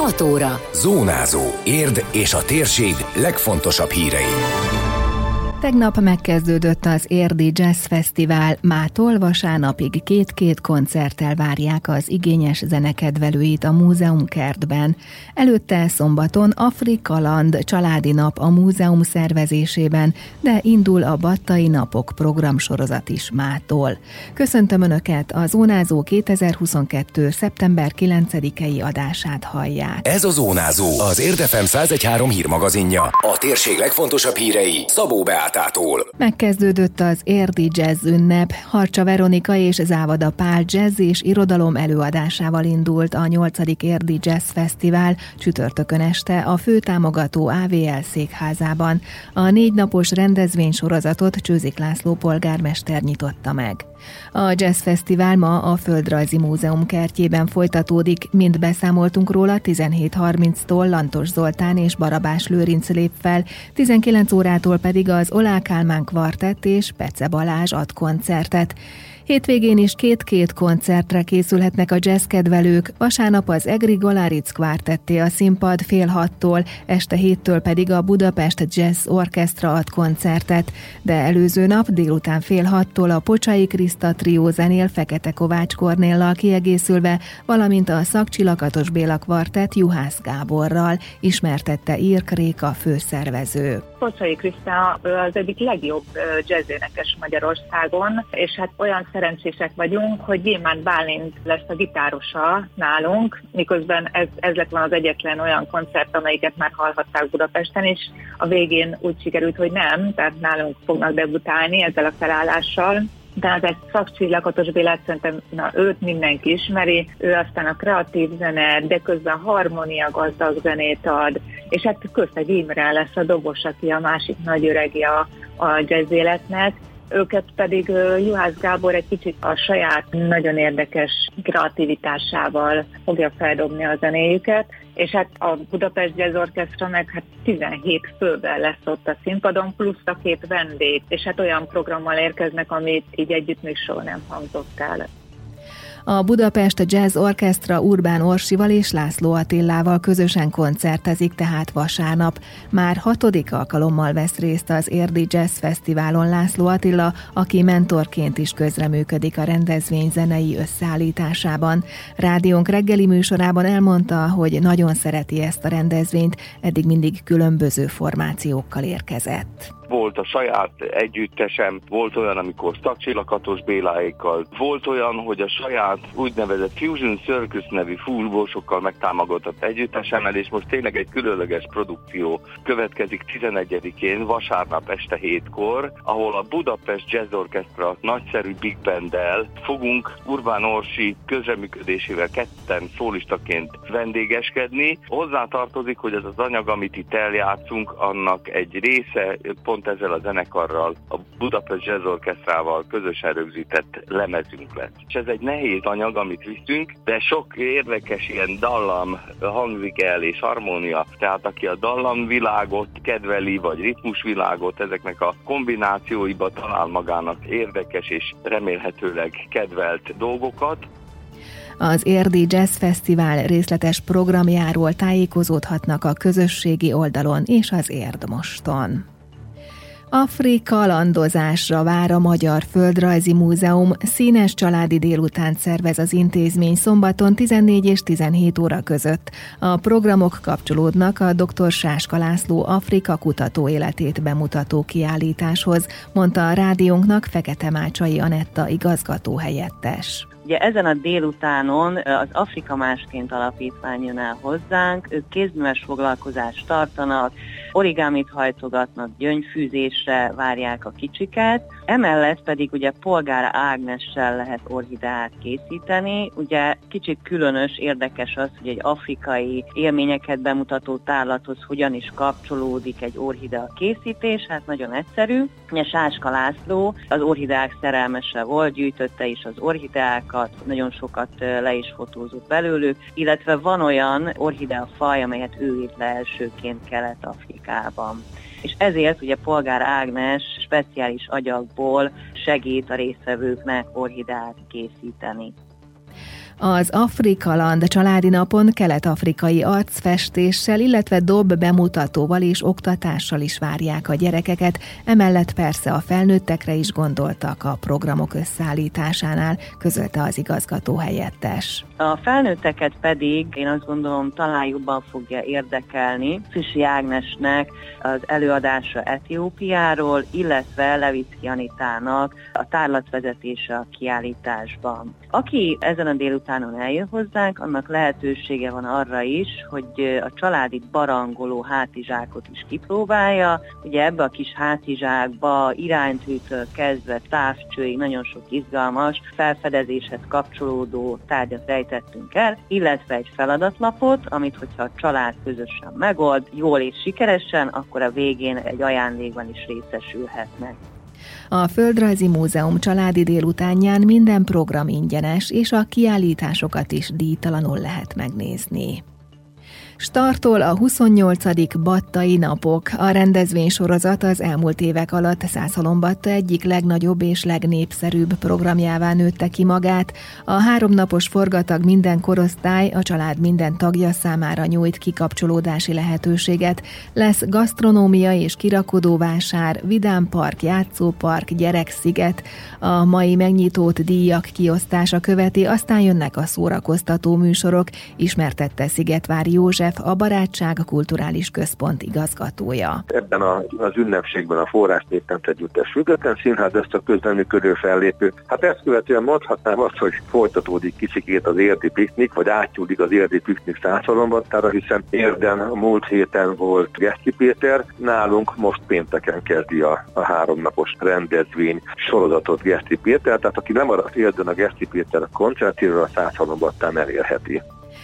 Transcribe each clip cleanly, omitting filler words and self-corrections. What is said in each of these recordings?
6 óra. Zónázó. Érd és a térség legfontosabb hírei. Tegnap megkezdődött az Érdi Jazz Fesztivál, mától vasárnapig 2 koncerttel várják az igényes zenekedvelőit a múzeumkertben. Előtte szombaton Afrikaland családi nap a múzeum szervezésében, de indul a Battai napok programsorozat is mától. Köszöntöm Önöket, a Zónázó 2022. szeptember 9-i adását hallják. Ez a Zónázó, az Érd FM 101.3 hírmagazinja. A térség legfontosabb hírei Szabó Beátától. Megkezdődött az Érdi Jazz ünnep. Harcsa Veronika és Závada Pál jazz és irodalom előadásával indult a 8. Érdi Jazz Fesztivál csütörtökön este a főtámogató AVL székházában. A 4 napos rendezvénysorozatot Csőzik László polgármester nyitotta meg. A Jazz Fesztivál ma a Földrajzi Múzeum kertjében folytatódik, mint beszámoltunk róla, 17:30-tól Lantos Zoltán és Barabás Lőrinc lép fel, 19 órától pedig az Oláh Kálmán kvartett és Pece Balázs ad koncertet. Hétvégén is 2 koncertre készülhetnek a jazzkedvelők, vasárnap az Egri Goláric kvártetté a színpad fél 6-tól, este 7-től pedig a Budapest Jazz Orchestra ad koncertet, de előző nap délután fél 6-tól a Pocsai Kriszta trió zenél Fekete Kovács Kornéllal kiegészülve, valamint a Szakcsi Lakatos Béla kvartett Juhász Gáborral, ismertette Irk Réka főszervező. Pocsai Kriszta az egyik legjobb jazzénekes Magyarországon, és hát olyan szerencsések vagyunk, hogy Gyémánt Bálint lesz a gitárosa nálunk, miközben ez lett volna az egyetlen olyan koncert, amelyiket már hallhatták Budapesten, és a végén úgy sikerült, hogy nem, tehát nálunk fognak debutálni ezzel a felállással. De az egy Szakcsi Lakatos Bélát, szerintem őt mindenki ismeri, ő aztán a kreatív zene, de közben harmónia gazdag zenét ad, és hát Köztegy Imre lesz a dobos, aki a másik nagy öregje a jazz életnek. Őket pedig Juhász Gábor egy kicsit a saját nagyon érdekes kreativitásával fogja feldobni a zenéjüket, és hát a Budapest Jazz Orchestra meg 17 fővel lesz ott a színpadon, plusz a 2 vendég, és hát olyan programmal érkeznek, amit így együtt még soha nem hangzott el. A Budapest Jazz Orchestra Urbán Orsival és László Attillával közösen koncertezik tehát vasárnap. Már 6. alkalommal vesz részt az Érdi Jazz Fesztiválon László Attila, aki mentorként is közreműködik a rendezvény zenei összeállításában. Rádiónk reggeli műsorában elmondta, hogy nagyon szereti ezt a rendezvényt, eddig mindig különböző formációkkal érkezett. Volt a saját együttesem, volt olyan, amikor Szakcsi Lakatos Béláékkal, volt olyan, hogy a saját úgynevezett Fusion Circus nevű fúvósokkal megtámogatott együttesemmel, és most tényleg egy különleges produkció következik 11-én, vasárnap este 7-kor, ahol a Budapest Jazz Orchestra nagyszerű big banddel fogunk Urbán Orsi közreműködésével 2 szólistaként vendégeskedni. Hozzátartozik, hogy ez az anyag, amit itt eljátszunk, annak egy része pont ezzel a zenekarral, a Budapest Jazz Orchestrával közösen rögzített lemezünk lett. És ez egy nehéz anyag, amit viszünk, de sok érdekes ilyen dallam hangzik el és harmónia. Tehát aki a dallamvilágot kedveli, vagy ritmusvilágot, ezeknek a kombinációiba talál magának érdekes és remélhetőleg kedvelt dolgokat. Az Érdi Jazz Fesztivál részletes programjáról tájékozódhatnak a közösségi oldalon és az Érd Moston. Afrikalandozásra vár a Magyar Földrajzi Múzeum, színes családi délutánt szervez az intézmény szombaton 14 és 17 óra között. A programok kapcsolódnak a dr. Sáska László Afrika kutató életét bemutató kiállításhoz, mondta a rádiónknak Fekete Mácsai Anetta igazgatóhelyettes. Ugye ezen a délutánon az Afrika Másként Alapítvány jön el hozzánk, ők kézműves foglalkozást tartanak, origámit hajtogatnak, gyöngyfűzésre várják a kicsiket, emellett pedig ugye Polgár Ágnessel lehet orhideát készíteni. Ugye kicsit különös, érdekes az, hogy egy afrikai élményeket bemutató tárlathoz hogyan is kapcsolódik egy orhidea készítés, hát nagyon egyszerű. Ugye Sáska László az orhideák szerelmese volt, gyűjtötte is az orhideákat, nagyon sokat le is fotózott belőlük, illetve van olyan orhidea faj, amelyet ő írt le elsőként Kelet-Afrikában. És ezért ugye Polgár Ágnes speciális agyagból segít a résztvevőknek orhideát készíteni. Az Afrikaland családi napon kelet-afrikai arcfestéssel, illetve dob bemutatóval és oktatással is várják a gyerekeket, emellett persze a felnőttekre is gondoltak a programok összeállításánál, közölte az igazgató helyettes. A felnőtteket pedig én azt gondolom talán jobban fogja érdekelni Füsi Ágnesnek az előadása Etiópiáról, illetve Levicki Anitának a tárlatvezetése a kiállításban. Aki ezen a délutánon eljön hozzánk, annak lehetősége van arra is, hogy a családi barangoló hátizsákot is kipróbálja. Ugye ebbe a kis hátizsákba iránytűtől kezdve távcsőig nagyon sok izgalmas felfedezéshez kapcsolódó tárgyat rejtettünk el, illetve egy feladatlapot, amit hogyha a család közösen megold, jól és sikeresen, akkor a végén egy ajándékban is részesülhetnek. A Földrajzi Múzeum családi délutánján minden program ingyenes, és a kiállításokat is díjtalanul lehet megnézni. Startol a 28. Battai napok. A rendezvénysorozat az elmúlt évek alatt Szászhalombatta egyik legnagyobb és legnépszerűbb programjává nőtte ki magát. A 3 napos forgatag minden korosztály, a család minden tagja számára nyújt kikapcsolódási lehetőséget. Lesz gasztronómia és kirakodóvásár, vidámpark, játszópark, gyereksziget. A mai megnyitót díjak kiosztása követi, aztán jönnek a szórakoztató műsorok, ismertette Szigetvári József, a Barátság Kulturális Központ igazgatója. Ebben az ünnepségben a Forrás Néptánc Együttes Független Színház ezt a közreműködő fellépő. Hát ezt követően mondhatnám azt, hogy folytatódik kicsikét az érdi piknik, vagy átnyúlik az érdi piknik Szászhalombattára, hiszen Érden a múlt héten volt Geszti Péter, nálunk most pénteken kezdi a 3 napos rendezvény sorozatot Geszti Péter, tehát aki nem maradt Érden a Geszti Péter koncertjéről, a Szászhalombattán elérheti.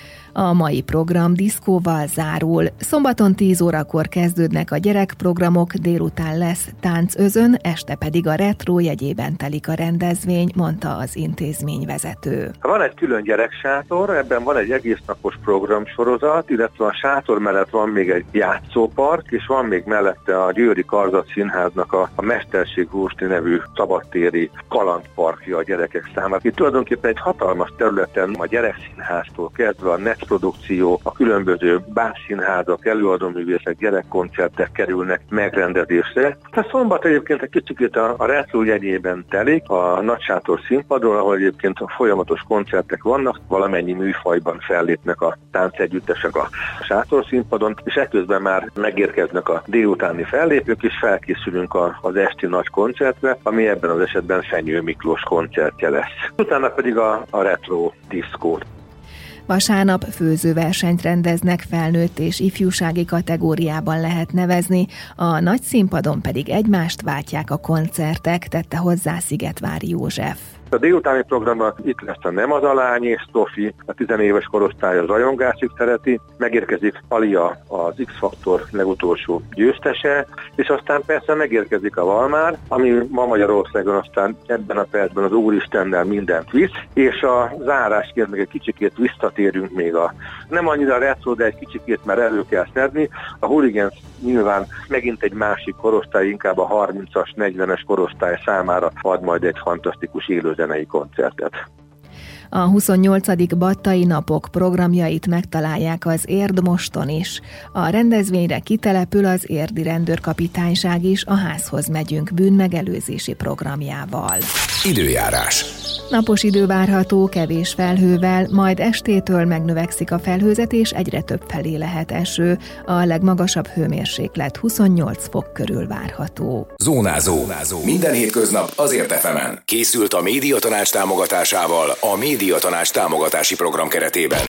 A mai program diszkóval zárul. Szombaton 10 órakor kezdődnek a gyerekprogramok, délután lesz táncözön, este pedig a retro jegyében telik a rendezvény, mondta az intézményvezető. Van egy külön gyereksátor, ebben van egy egész napos programsorozat, illetve a sátor mellett van még egy játszópark, és van még mellette a Győri Karzat Színháznak a Mesterség Rósti nevű szabadtéri kalandparkja a gyerekek számára. Itt tulajdonképpen egy hatalmas területen a gyerekszínháztól kezdve a produkció, a különböző bábszínházak, előadóművészek, gyerekkoncertek kerülnek megrendezésre. A szombat egyébként egy kicsit a retro jegyében telik, a Nagysátor színpadról, ahol egyébként folyamatos koncertek vannak, valamennyi műfajban fellépnek a táncegyüttesek a sátor színpadon, és ekközben már megérkeznek a délutáni fellépők, és felkészülünk az esti nagy koncertre, ami ebben az esetben Fenyő Miklós koncertje lesz. Utána pedig a retro diszkót. Vasárnap főzőversenyt rendeznek, felnőtt és ifjúsági kategóriában lehet nevezni, a nagy színpadon pedig egymást váltják a koncertek, tette hozzá Szigetvári József. A délutáni programban itt lesz a Nem az a lány és Sophie, a 10 éves korosztály az rajongásig szereti, megérkezik Alia, az X-Faktor legutolsó győztese, és aztán persze megérkezik a Valmár, ami ma Magyarországon aztán ebben a percben az Úristennel mindent visz, és a zárásként meg egy kicsikét visszatérünk még nem annyira retro, de egy kicsikét már elő kell szedni. A Hooligans nyilván megint egy másik korosztály, inkább a 30-as, 40-es korosztály számára ad majd egy fantasztikus élőzenei koncertet. A 28. Battai napok programjait megtalálják az Érdmoston is. A rendezvényre kitelepül az érdi rendőrkapitányság is a Házhoz megyünk bűnmegelőzési programjával. Időjárás. Napos idő várható, kevés felhővel, majd estétől megnövekszik a felhőzet, és egyre több felé lehet eső. A legmagasabb hőmérséklet 28 fok körül várható. Zónázó. Minden hétköznap azért FM-en. Készült a Médiatanács támogatásával a Médiatanács támogatási program keretében.